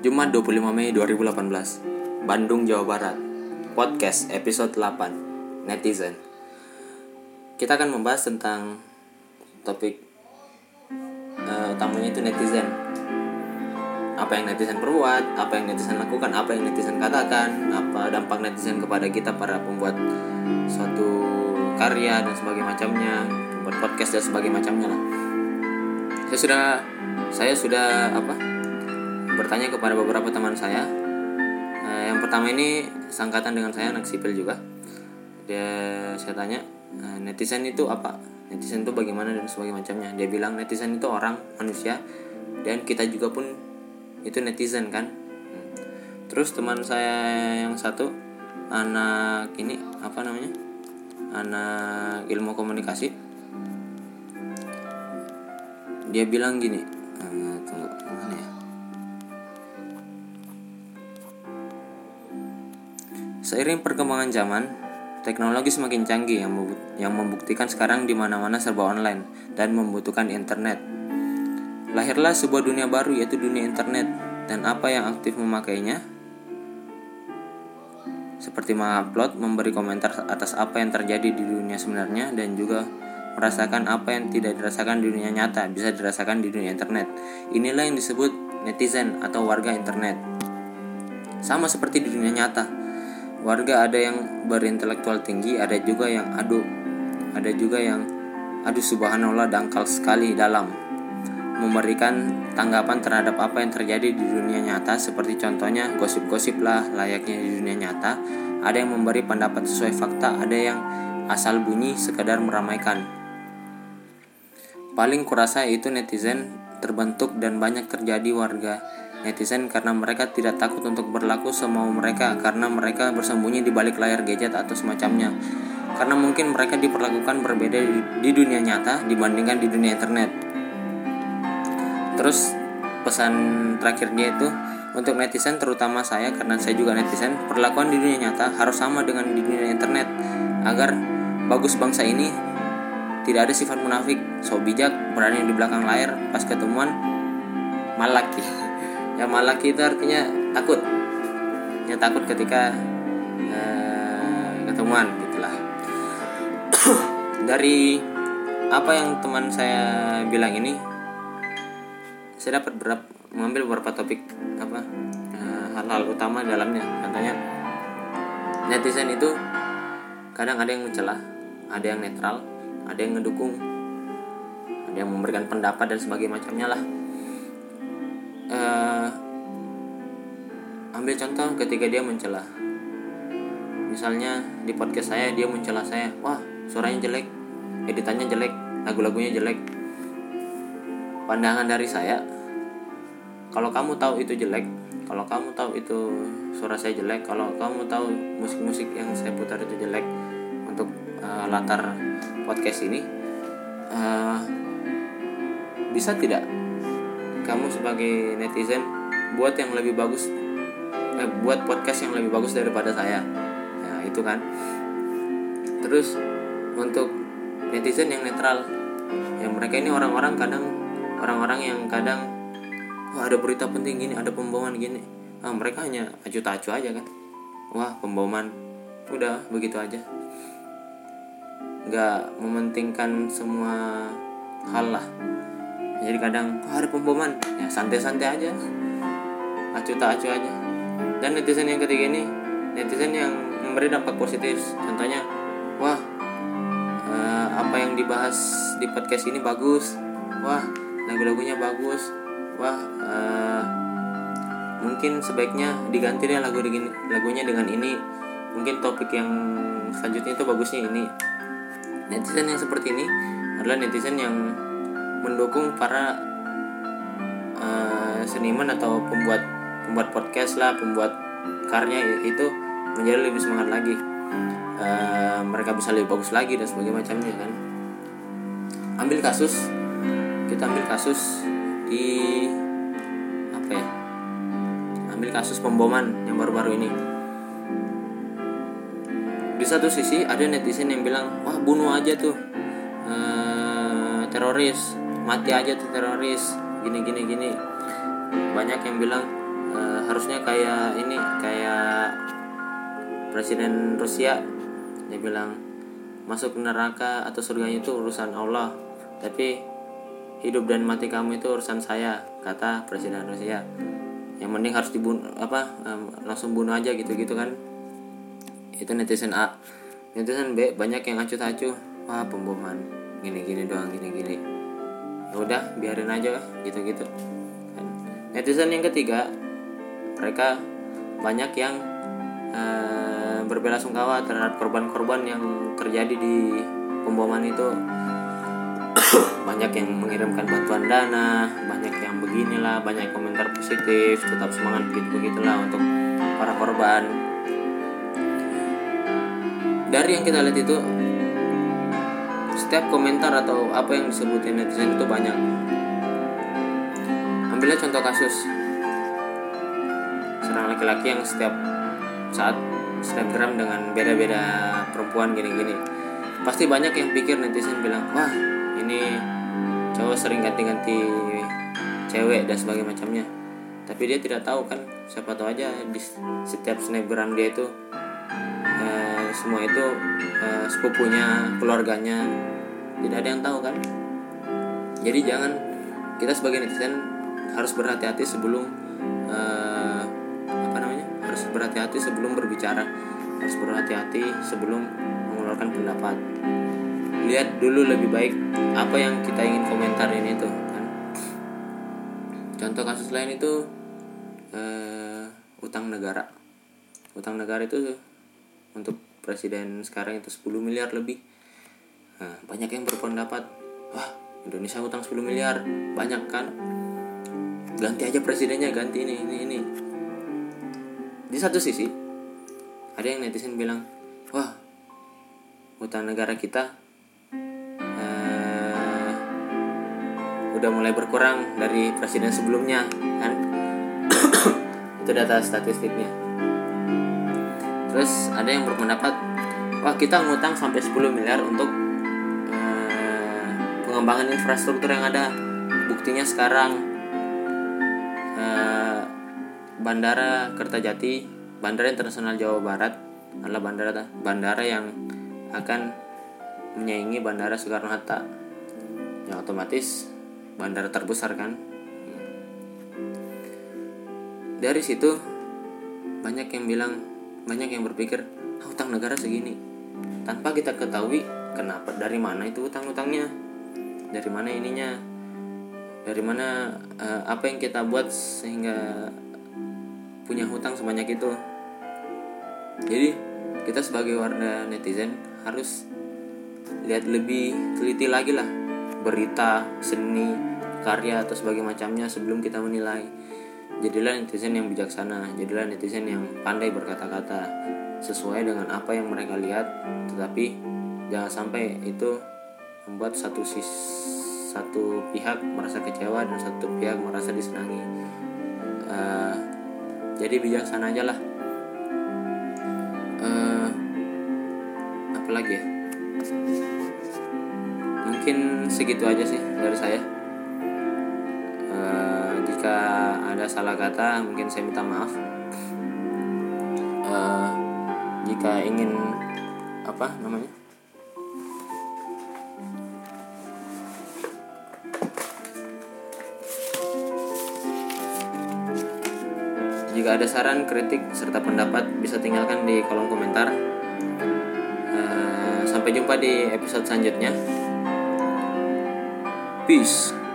Jumat 25 Mei 2018, Bandung, Jawa Barat. Podcast episode 8, Netizen. Kita akan membahas tentang topik utamanya itu netizen. Apa yang netizen perbuat, apa yang netizen lakukan, apa yang netizen katakan, apa dampak netizen kepada kita para pembuat suatu karya dan sebagainya macamnya, pembuat podcast dan sebagainya macamnya lah. Saya sudah bertanya kepada beberapa teman saya. Yang pertama ini sangkatan dengan saya, anak sipil juga. Saya tanya, netizen itu apa? Netizen itu bagaimana dan sebagainya macamnya. Dia bilang netizen itu orang, manusia, dan kita juga pun itu netizen kan. Terus teman saya yang satu, anak ilmu komunikasi, dia bilang gini, seiring perkembangan zaman, teknologi semakin canggih yang membuktikan sekarang di mana-mana serba online dan membutuhkan internet. Lahirlah sebuah dunia baru, yaitu dunia internet, dan apa yang aktif memakainya seperti mengupload, memberi komentar atas apa yang terjadi di dunia sebenarnya, dan juga merasakan apa yang tidak dirasakan di dunia nyata bisa dirasakan di dunia internet. Inilah yang disebut netizen atau warga internet. Sama seperti di dunia nyata, warga ada yang berintelektual tinggi, ada juga yang aduh subhanallah dangkal sekali dalam memberikan tanggapan terhadap apa yang terjadi di dunia nyata, seperti contohnya gosip-gosip lah layaknya di dunia nyata. Ada yang memberi pendapat sesuai fakta, ada yang asal bunyi sekadar meramaikan. Paling kurasa itu netizen terbentuk dan banyak terjadi warga netizen karena mereka tidak takut untuk berlaku semau mereka, karena mereka bersembunyi di balik layar gadget atau semacamnya. Karena mungkin mereka diperlakukan berbeda di dunia nyata dibandingkan di dunia internet. Terus pesan terakhir dia itu untuk netizen, terutama saya karena saya juga netizen, perlakuan di dunia nyata harus sama dengan di dunia internet agar bagus bangsa ini. Tidak ada sifat munafik, so bijak, berani di belakang layar, pas ketemuan malaki. Ya malaki itu artinya takut. Ya takut ketika ketemuan gitulah. Dari apa yang teman saya bilang ini, saya dapat mengambil beberapa topik hal-hal utama dalamnya. Contohnya netizen itu kadang ada yang mencela, ada yang netral, ada yang ngedukung, ada yang memberikan pendapat dan sebagainya macamnya lah. Ambil contoh ketika dia mencela, misalnya di podcast saya dia mencela saya, wah suaranya jelek, editannya jelek, lagu-lagunya jelek. Pandangan dari saya, kalau kamu tahu itu jelek, kalau kamu tahu itu suara saya jelek, kalau kamu tahu musik-musik yang saya putar itu jelek untuk latar podcast ini, bisa tidak kamu sebagai netizen buat yang lebih bagus, buat podcast yang lebih bagus daripada saya? Ya itu kan. Terus untuk netizen yang netral, yang mereka ini orang-orang yang kadang ada berita penting gini, ada pemboman gini, mereka hanya acuh tak acuh aja kan, wah pemboman, udah begitu aja, nggak mementingkan semua hal lah. Jadi kadang ada pemboman, ya santai-santai aja, acuh tak acuh aja. Dan netizen yang ketiga ini, netizen yang memberi dampak positif. Contohnya, wah apa yang dibahas di podcast ini bagus, wah lagu-lagunya bagus, wah mungkin sebaiknya diganti deh lagunya dengan ini, mungkin topik yang selanjutnya itu bagusnya ini. Netizen yang seperti ini adalah netizen yang mendukung para seniman atau pembuat podcast lah, pembuat karya itu menjadi lebih semangat lagi, mereka bisa lebih bagus lagi dan sebagainya macamnya kan. Kita ambil kasus di ambil kasus pemboman yang baru-baru ini. Di satu sisi ada netizen yang bilang, wah bunuh aja tuh teroris, mati aja tuh teroris, gini. Banyak yang bilang harusnya kayak ini, kayak Presiden Rusia, dia bilang masuk neraka atau surganya itu urusan Allah, tapi hidup dan mati kamu itu urusan saya, kata Presiden Rusia. Yang mending harus dibunuh, langsung bunuh aja gitu kan. Itu netizen A. Netizen B banyak yang acuh-acuh, wah pemboman gini-gini doang, gini-gini, ya udah biarin aja gitu. Netizen yang ketiga, mereka banyak yang berbelasungkawa terhadap korban-korban yang terjadi di pemboman itu. Banyak yang mengirimkan bantuan dana, banyak yang beginilah, banyak komentar positif, tetap semangat begitulah untuk para korban. Dari yang kita lihat itu, setiap komentar atau apa yang disebutin netizen itu banyak. Ambillah contoh kasus seorang laki-laki yang setiap saat snapgram dengan beda-beda perempuan gini-gini. Pasti banyak yang pikir, netizen bilang, wah ini cowok sering ganti-ganti cewek dan sebagainya macamnya. Tapi dia tidak tahu kan, siapa tahu aja di setiap snapgram dia itu semua itu sepupunya, keluarganya, tidak ada yang tahu kan. Jadi jangan, kita sebagai netizen harus berhati-hati sebelum harus berhati-hati sebelum berbicara, harus berhati-hati sebelum mengeluarkan pendapat. Lihat dulu lebih baik apa yang kita ingin komentarin itu kan. Contoh kasus lain itu utang negara. Utang negara itu untuk presiden sekarang itu 10 miliar lebih. Nah, banyak yang berpendapat, wah Indonesia utang 10 miliar banyak kan, ganti aja presidennya, ganti ini. Di satu sisi ada yang netizen bilang, wah utang negara kita udah mulai berkurang dari presiden sebelumnya kan. Itu data statistiknya. Terus ada yang berpendapat, wah kita ngutang sampai 10 miliar untuk pengembangan infrastruktur yang ada. Buktinya sekarang Bandara Kertajati, Bandara Internasional Jawa Barat adalah bandara yang akan menyaingi Bandara Soekarno-Hatta, yang otomatis bandara terbesar kan. Dari situ banyak yang berpikir, utang negara segini, tanpa kita ketahui kenapa, dari mana itu utang-utangnya, dari mana ininya, dari mana apa yang kita buat sehingga punya hutang sebanyak itu. Jadi kita sebagai warga netizen harus lihat lebih teliti lagi lah berita, seni, karya atau sebagainya macamnya sebelum kita menilai. Jadilah netizen yang bijaksana, jadilah netizen yang pandai berkata-kata sesuai dengan apa yang mereka lihat, tetapi jangan sampai itu membuat satu pihak merasa kecewa dan satu pihak merasa disenangi. Jadi bijaksana aja lah. Apa lagi ya? Mungkin segitu aja sih dari saya. Jika ada salah kata mungkin saya minta maaf. Jika ingin jika ada saran, kritik, serta pendapat bisa tinggalkan di kolom komentar. Sampai jumpa di episode selanjutnya. Peace.